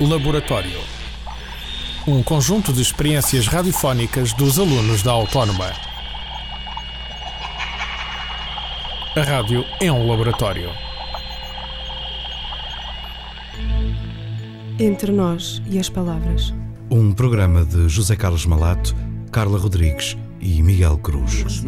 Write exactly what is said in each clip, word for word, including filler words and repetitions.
Laboratório. Um conjunto de experiências radiofónicas dos alunos da Autónoma. A rádio é um laboratório. Entre nós e as palavras. Um programa de José Carlos Malato, Carla Rodrigues e Miguel Cruz.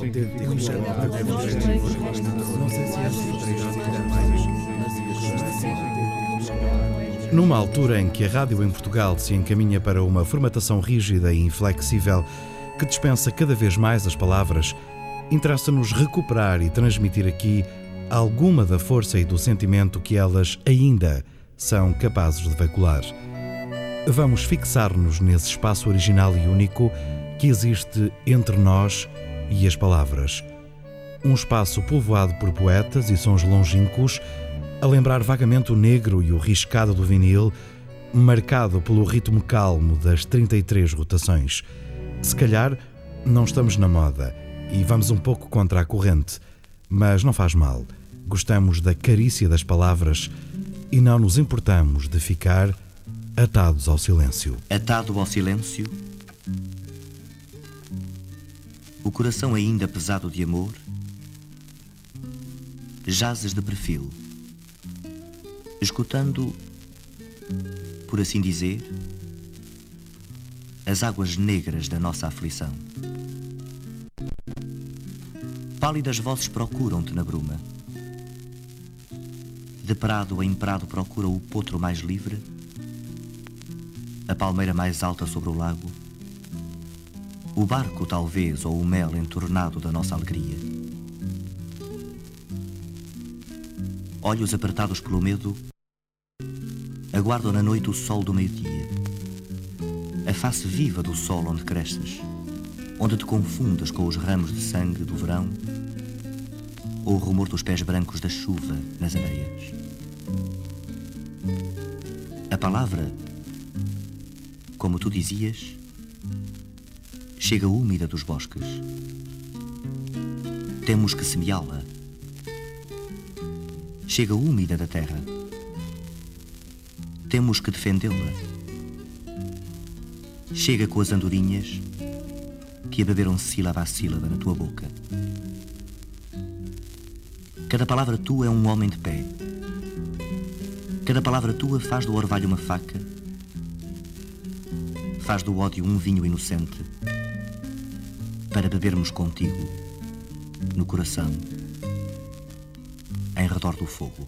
Numa altura em que a rádio em Portugal se encaminha para uma formatação rígida e inflexível que dispensa cada vez mais as palavras, interessa-nos recuperar e transmitir aqui alguma da força e do sentimento que elas ainda são capazes de veicular. Vamos fixar-nos nesse espaço original e único que existe entre nós e as palavras. Um espaço povoado por poetas e sons longínquos, a lembrar vagamente o negro e o riscado do vinil, marcado pelo ritmo calmo das trinta e três rotações. Se calhar não estamos na moda e vamos um pouco contra a corrente, mas não faz mal. Gostamos da carícia das palavras e não nos importamos de ficar atados ao silêncio. Atado ao silêncio, o coração ainda pesado de amor, jazes de perfil, escutando, por assim dizer, as águas negras da nossa aflição. Pálidas vozes procuram-te na bruma. De prado em prado procura o potro mais livre, a palmeira mais alta sobre o lago, o barco talvez ou o mel entornado da nossa alegria. Olhos apertados pelo medo aguardam na noite o sol do meio-dia, a face viva do sol onde cresces, onde te confundes com os ramos de sangue do verão ou o rumor dos pés brancos da chuva nas areias. A palavra, como tu dizias, chega úmida dos bosques. Temos que semeá-la. Chega úmida da terra. Temos que defendê-la. Chega com as andorinhas que a beberam sílaba a sílaba na tua boca. Cada palavra tua é um homem de pé. Cada palavra tua faz do orvalho uma faca, faz do ódio um vinho inocente, para bebermos contigo, no coração, em redor do fogo.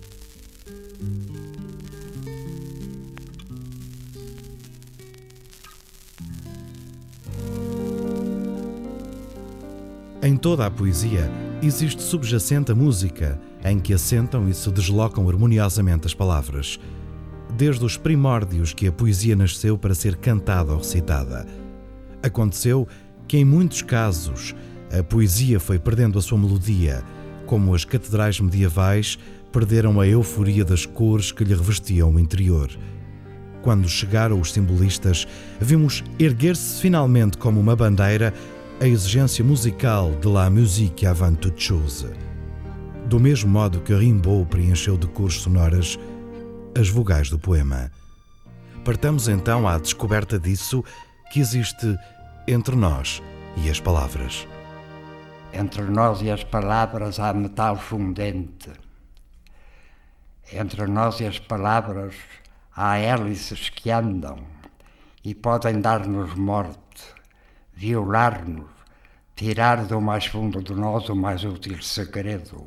Em toda a poesia existe subjacente a música, em que assentam e se deslocam harmoniosamente as palavras. Desde os primórdios que a poesia nasceu para ser cantada ou recitada. Aconteceu que, em muitos casos, a poesia foi perdendo a sua melodia, como as catedrais medievais perderam a euforia das cores que lhe revestiam o interior. Quando chegaram os simbolistas, vimos erguer-se finalmente como uma bandeira a exigência musical de la musique avant toute chose. Do mesmo modo que Rimbaud preencheu de cores sonoras as vogais do poema. Partamos então à descoberta disso que existe entre nós e as palavras. Entre nós e as palavras há metal fundente. Entre nós e as palavras há hélices que andam e podem dar-nos morte, violar-nos, tirar do mais fundo de nós o mais útil segredo.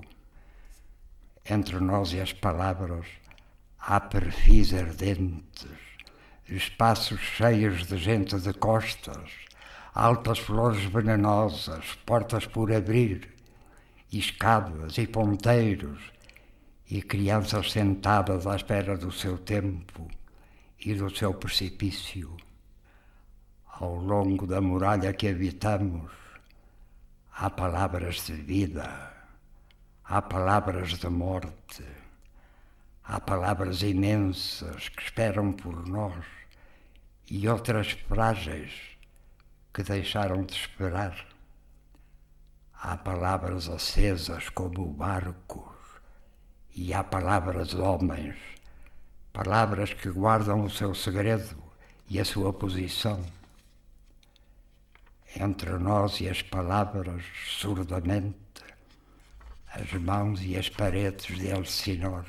Entre nós e as palavras há perfis ardentes, espaços cheios de gente de costas, altas flores venenosas, portas por abrir, escadas e ponteiros, e crianças sentadas à espera do seu tempo e do seu precipício. Ao longo da muralha que habitamos, há palavras de vida, há palavras de morte, há palavras imensas que esperam por nós e outras frágeis que deixaram de esperar. Há palavras acesas como barcos e há palavras de homens palavras que guardam o seu segredo e a sua posição. Entre nós e as palavras, surdamente, as mãos e as paredes de Elsinor.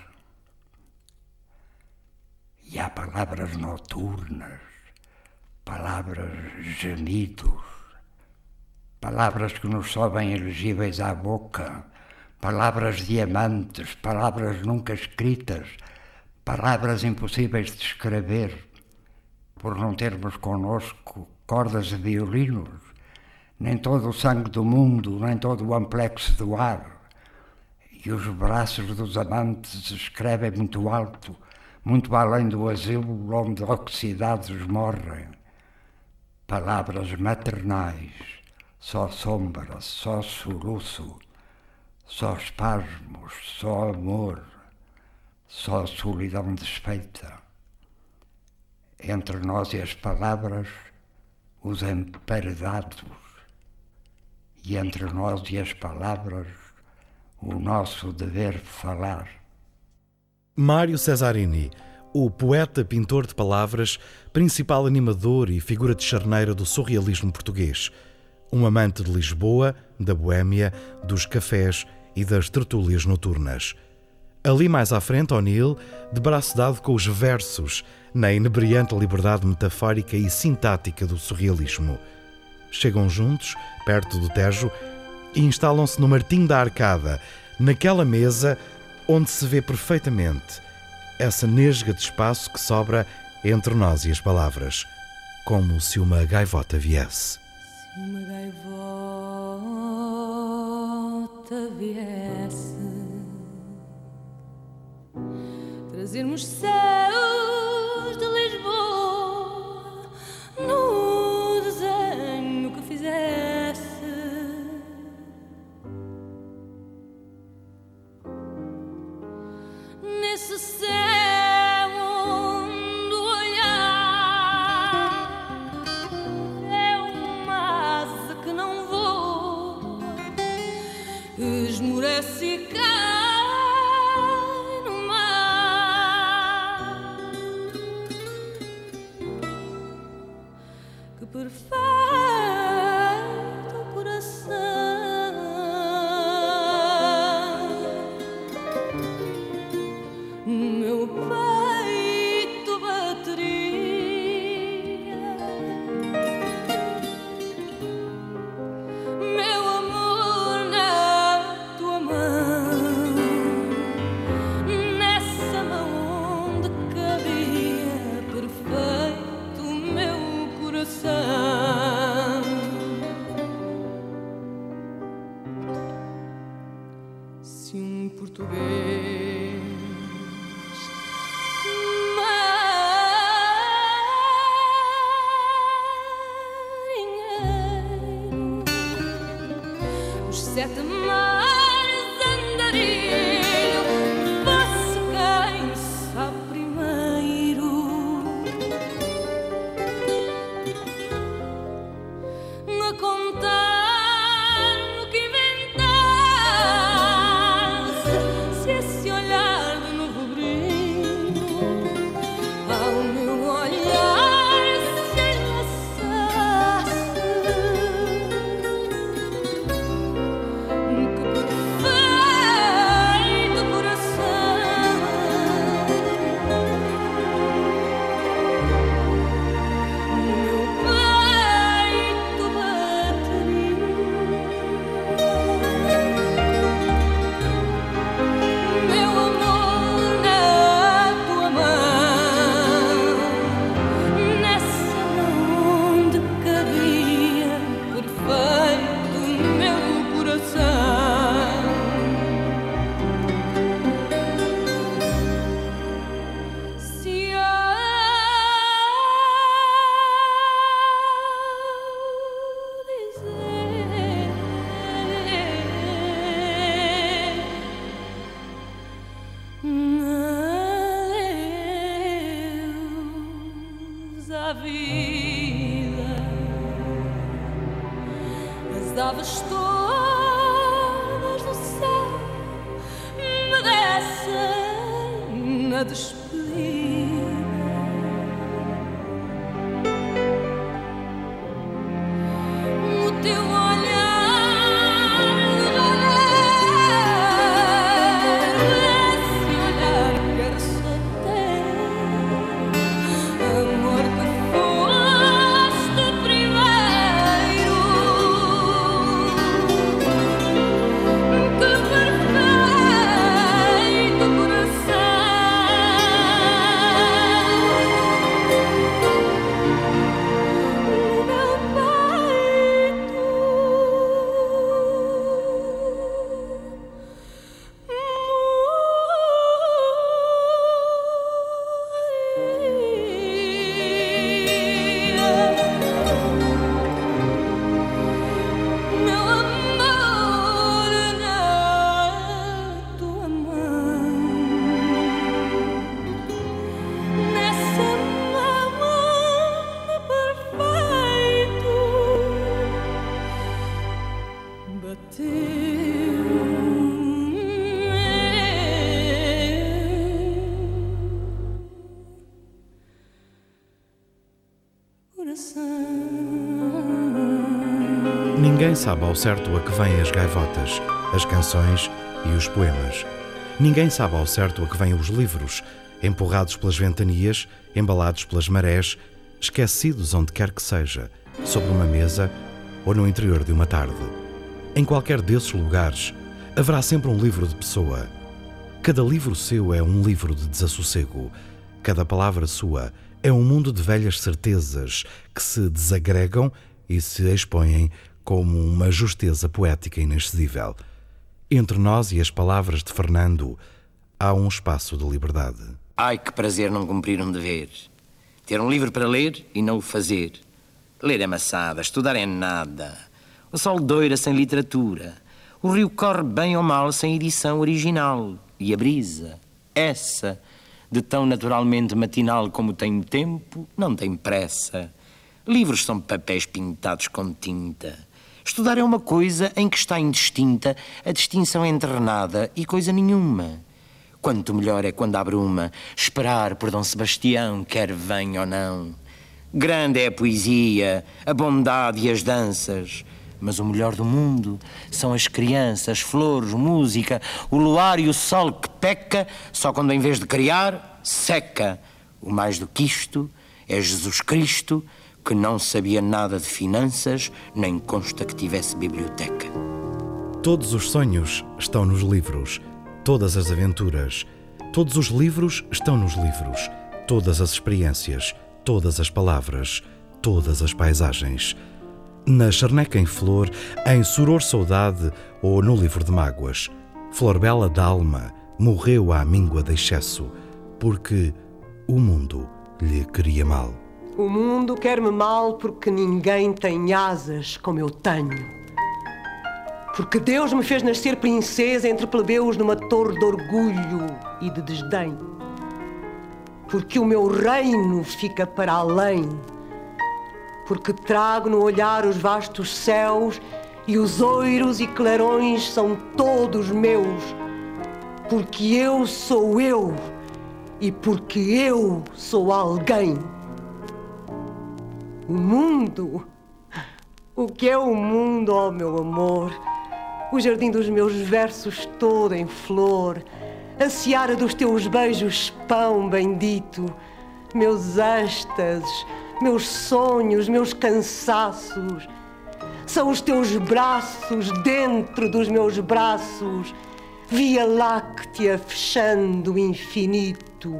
E há palavras noturnas, palavras gemidos, palavras que nos sobem elegíveis à boca, palavras diamantes, palavras nunca escritas, palavras impossíveis de escrever, por não termos connosco cordas de violinos, nem todo o sangue do mundo, nem todo o amplexo do ar. E os braços dos amantes escrevem muito alto, muito além do asilo onde oxidados morrem. Palavras maternais, só sombra, só soluço, só espasmos, só amor, só solidão desfeita. Entre nós e as palavras, os emparedados, e entre nós e as palavras, o nosso dever falar. Mário Cesarini, o poeta-pintor de palavras, principal animador e figura de charneira do surrealismo português. Um amante de Lisboa, da boémia, dos cafés e das tertúlias noturnas. Ali mais à frente, O'Neill, de braço dado com os versos, na inebriante liberdade metafórica e sintática do surrealismo. Chegam juntos, perto do Tejo, e instalam-se no Martim da Arcada, naquela mesa onde se vê perfeitamente essa nesga de espaço que sobra entre nós e as palavras, como se uma gaivota viesse. Se uma gaivota viesse trazer-nos céus de Lisboa no desenho que fizesse, nesse céu onde o olhar é uma asa que não voa, esmorece e cai no mar. Que perfeito coração, meu peito bateria, meu amor na tua mão, nessa mão onde cabia perfeito meu coração. Se um português marinheiro os sete mares andarilho fosse quem sabe primeiro a contar no que inventasse, se esse olhar de novo brilho ao meu olhar se enlaçasse. Que perfeito coração, meu peito bateria, meu amor na tua mão, nessa mão onde cabia perfeito meu coração. Se eu dizer adeus à vida, as aves todas do céu me descem na despedida. coração. Ninguém sabe ao certo a que vêm as gaivotas, as canções e os poemas. Ninguém sabe ao certo a que vêm os livros, empurrados pelas ventanias, embalados pelas marés, esquecidos onde quer que seja, sobre uma mesa ou no interior de uma tarde. Em qualquer desses lugares, haverá sempre um livro de pessoa. Cada livro seu é um livro de desassossego. Cada palavra sua é um mundo de velhas certezas que se desagregam e se expõem como uma justeza poética inexcedível. Entre nós e as palavras de Fernando, há um espaço de liberdade. Ai, que prazer não cumprir um dever. Ter um livro para ler e não o fazer. Ler é maçada, estudar é nada. O sol doira sem literatura. O rio corre bem ou mal sem edição original. E a brisa, essa, de tão naturalmente matinal como tem tempo, não tem pressa. Livros são papéis pintados com tinta. Estudar é uma coisa em que está indistinta a distinção entre nada e coisa nenhuma. Quanto melhor é quando há bruma esperar por Dom Sebastião, quer venha ou não. Grande é a poesia, a bondade e as danças. Mas o melhor do mundo são as crianças, flores, música, o luar e o sol que peca só quando, em vez de criar, seca. O mais do que isto é Jesus Cristo, que não sabia nada de finanças, nem consta que tivesse biblioteca. Todos os sonhos estão nos livros, todas as aventuras. Todos os livros estão nos livros, todas as experiências, todas as palavras, todas as paisagens. Na Charneca em Flor, em Soror Saudade ou no Livro de Mágoas, Flor Bela d'Alma morreu à míngua de excesso, porque o mundo lhe queria mal. O mundo quer-me mal porque ninguém tem asas como eu tenho. Porque Deus me fez nascer princesa entre plebeus numa torre de orgulho e de desdém. Porque o meu reino fica para além. Porque trago no olhar os vastos céus e os oiros e clarões são todos meus. Porque eu sou eu e porque eu sou alguém. O mundo? O que é o mundo, ó meu amor? O jardim dos meus versos todo em flor, a seara dos teus beijos, pão bendito, meus êxtases, meus sonhos, meus cansaços. São os teus braços dentro dos meus braços, Via Láctea fechando o infinito.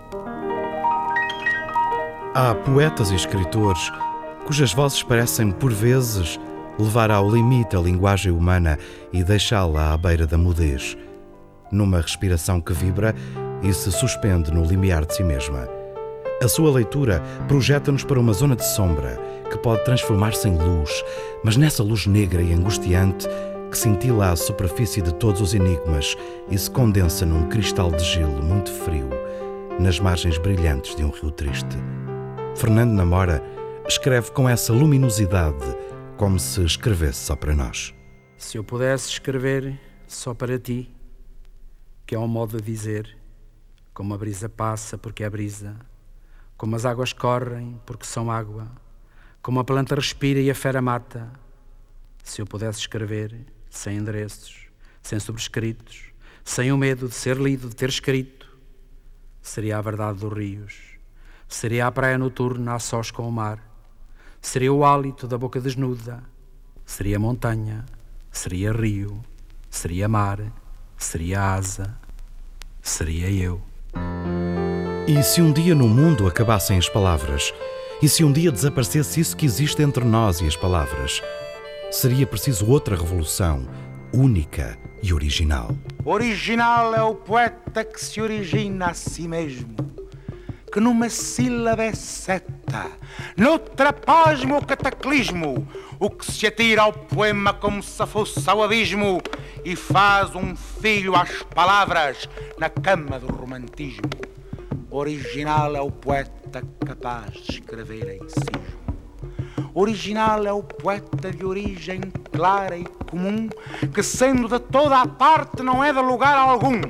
Há poetas e escritores cujas vozes parecem, por vezes, levar ao limite a linguagem humana e deixá-la à beira da mudez, numa respiração que vibra e se suspende no limiar de si mesma. A sua leitura projeta-nos para uma zona de sombra que pode transformar-se em luz, mas nessa luz negra e angustiante que cintila à superfície de todos os enigmas e se condensa num cristal de gelo muito frio nas margens brilhantes de um rio triste. Fernando Namora escreve com essa luminosidade, como se escrevesse só para nós. Se eu pudesse escrever só para ti, que é um modo de dizer, como a brisa passa porque é brisa, como as águas correm porque são água, como a planta respira e a fera mata. Se eu pudesse escrever sem endereços, sem sobrescritos, sem o medo de ser lido, de ter escrito, seria a verdade dos rios, seria a praia noturna a sós com o mar, seria o hálito da boca desnuda, seria montanha, seria rio, seria mar, seria asa, seria eu. E se um dia no mundo acabassem as palavras? E se um dia desaparecesse isso que existe entre nós e as palavras? Seria preciso outra revolução, única e original. Original é o poeta que se origina a si mesmo, que numa sílaba é seta, noutra pasmo o cataclismo, o que se atira ao poema como se fosse ao abismo e faz um filho às palavras na cama do romantismo. Original é o poeta capaz de escrever em cismo. Original é o poeta de origem clara e comum, que sendo de toda a parte não é de lugar algum.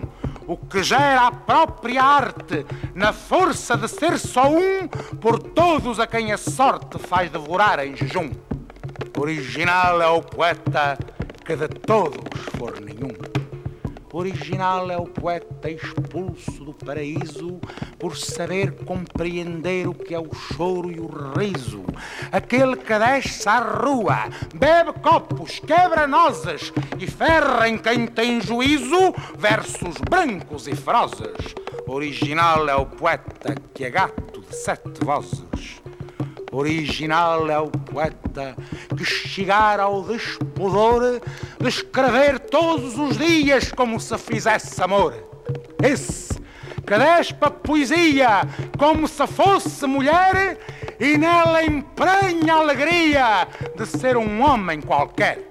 o que gera a própria arte, na força de ser só um, por todos a quem a sorte faz devorar em jejum. Original é o poeta que de todos for nenhum. Original é o poeta expulso do paraíso por saber compreender o que é o choro e o riso. Aquele que desce à rua, bebe copos, quebra nozes e ferra em quem tem juízo versos brancos e ferozes. Original é o poeta que é gato de sete vozes. Original é o poeta que chegar ao despudor de escrever todos os dias como se fizesse amor. Esse que despa poesia como se fosse mulher e nela emprenha a alegria de ser um homem qualquer.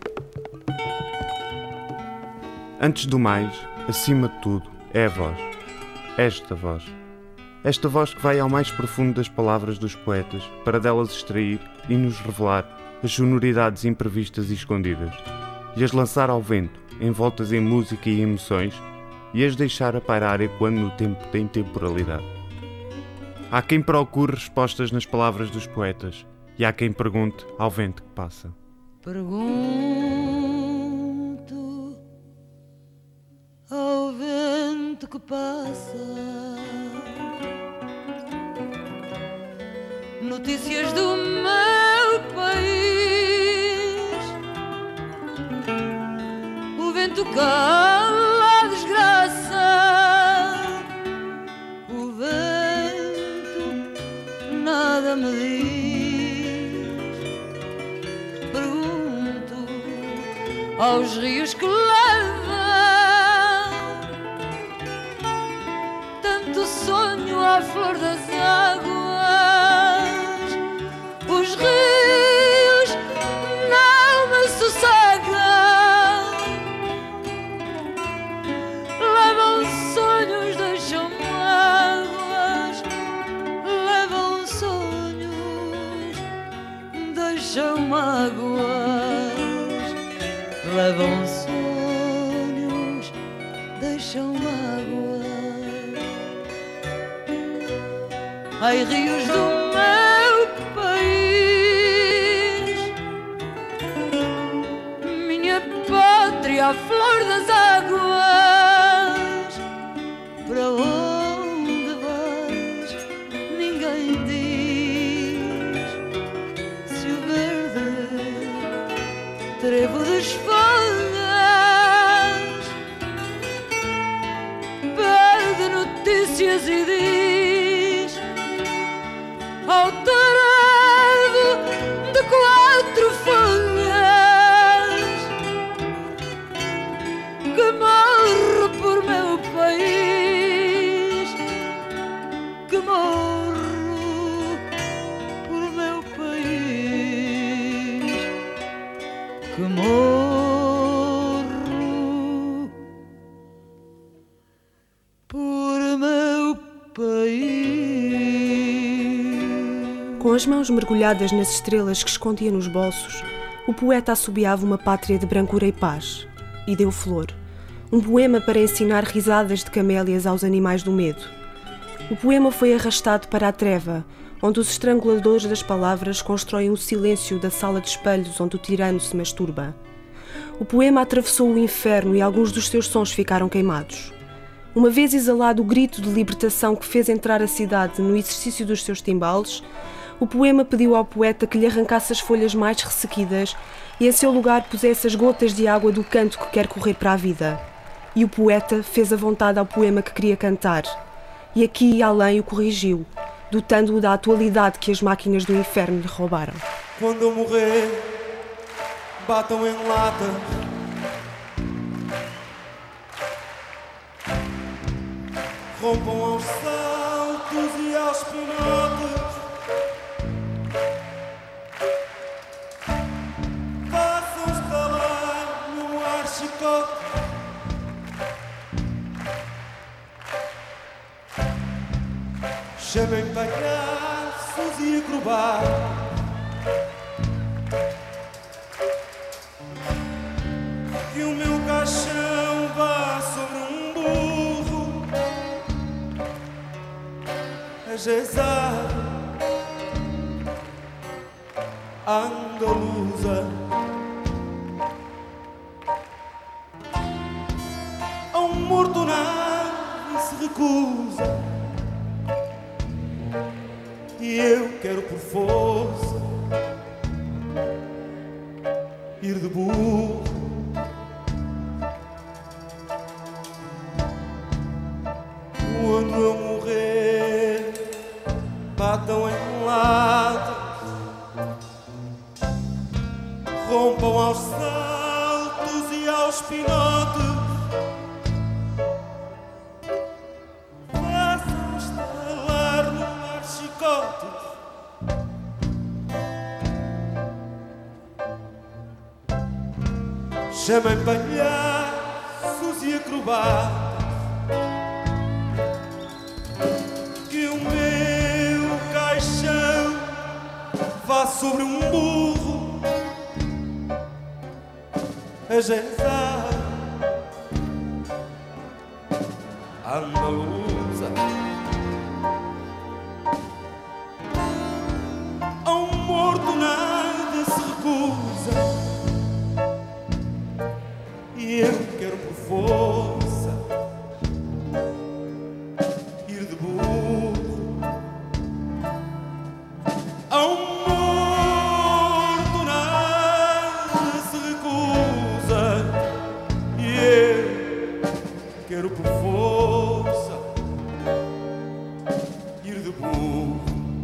Antes do mais, acima de tudo, é a voz. Esta voz. Esta voz que vai ao mais profundo das palavras dos poetas para delas extrair e nos revelar as sonoridades imprevistas e escondidas, e as lançar ao vento, envoltas em música e emoções, e as deixar a pairar ecoando no tempo da intemporalidade. Há quem procure respostas nas palavras dos poetas, e há quem pergunte ao vento que passa. Pergunto ao vento que passa notícias do meu país. O vento cala a desgraça, o vento nada me diz. Pergunto aos rios que levam tanto sonho à flor das águas. Os rios não me sossegam, levam sonhos, deixam mágoas, levam sonhos, deixam mágoas, levam sonhos, deixam mágoas. Ai, rios do a flor das águas, para onde vais ninguém diz. Se o verde trevo das folhas pede notícias e diz ao trevo de quatro folhas que morro por meu país, que morro por meu país, que morro por meu país. Com as mãos mergulhadas nas estrelas que escondia nos bolsos, o poeta assobiava uma pátria de brancura e paz, e deu flor. Um poema para ensinar risadas de camélias aos animais do medo. O poema foi arrastado para a treva, onde os estranguladores das palavras constroem o silêncio da sala de espelhos onde o tirano se masturba. O poema atravessou o inferno e alguns dos seus sons ficaram queimados. Uma vez exalado o grito de libertação que fez entrar a cidade no exercício dos seus timbales, o poema pediu ao poeta que lhe arrancasse as folhas mais ressequidas e a seu lugar pusesse as gotas de água do canto que quer correr para a vida. E o poeta fez a vontade ao poema que queria cantar, e aqui e além o corrigiu, dotando-o da atualidade que as máquinas do inferno lhe roubaram. Quando eu morrer, batam em lata, rompam aos saltos e aos pinotes, façam estalar no ar chicote. Chamem palhaços e acrobatas, que o meu caixão vá sobre um burro. Geza andaluza, a um morto nada se recusa, e eu quero por força ir de burro. Quando eu morrer, batam em latas, rompam aos saltos e aos pinotes, façam estalar no mar chicotes. Chamem palhaços e acrobatas, que o meu caixão vá sobre um burro a Geza andaluza, a um morto nada se recusa, e eu quero por força ir de burro a um morto nada se recusa, e eu quero por força ir de burro.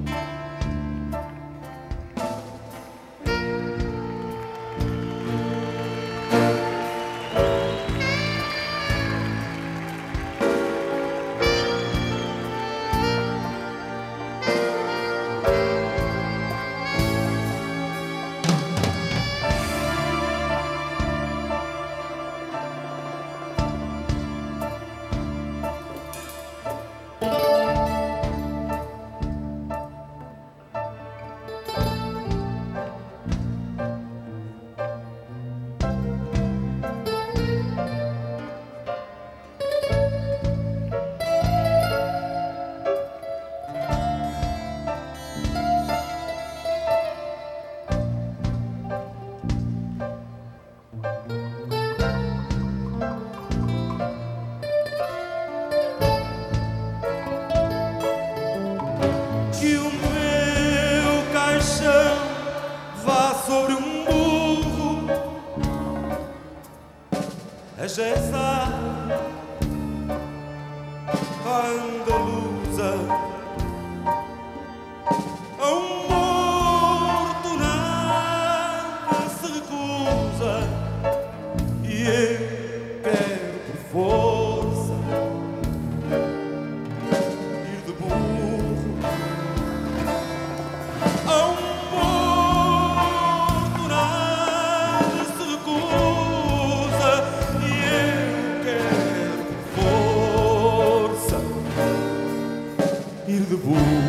Que o meu caixão vá sobre um burro a Geza andaluza, a um morto nada se recusa, e eu quero por força ir de burro a um morto nada se recusa, e eu quero por força ir de burro.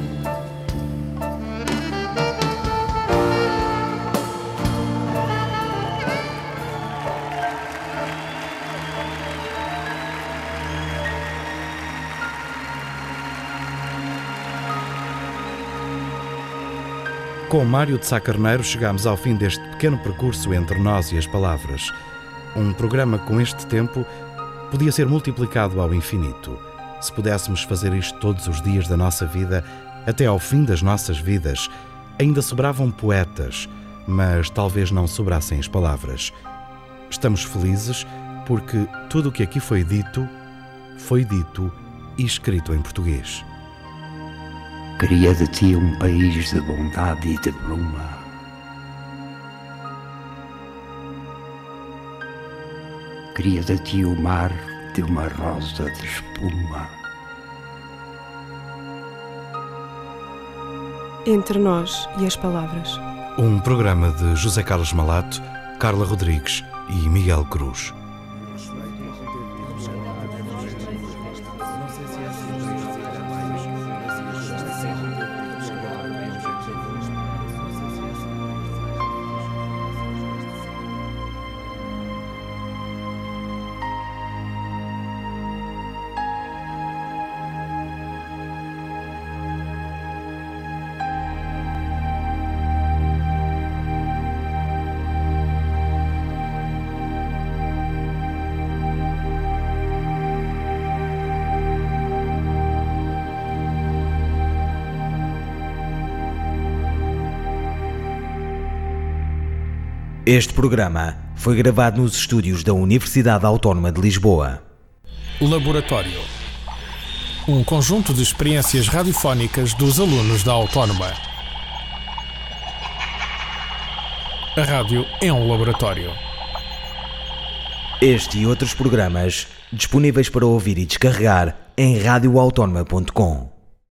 Com Mário de Sá Carneiro chegamos ao fim deste pequeno percurso entre nós e as palavras. Um programa com este tempo podia ser multiplicado ao infinito. Se pudéssemos fazer isto todos os dias da nossa vida, até ao fim das nossas vidas, ainda sobravam poetas, mas talvez não sobrassem as palavras. Estamos felizes porque tudo o que aqui foi dito, foi dito e escrito em português. Queria de ti um país de bondade e de bruma. Queria de ti o mar de uma rosa de espuma. Entre nós e as palavras. Um programa de José Carlos Malato, Carla Rodrigues e Miguel Cruz. Este programa foi gravado nos estúdios da Universidade Autónoma de Lisboa. Laboratório. Um conjunto de experiências radiofónicas dos alunos da Autónoma. A rádio é um laboratório. Este e outros programas disponíveis para ouvir e descarregar em radio autónoma ponto com.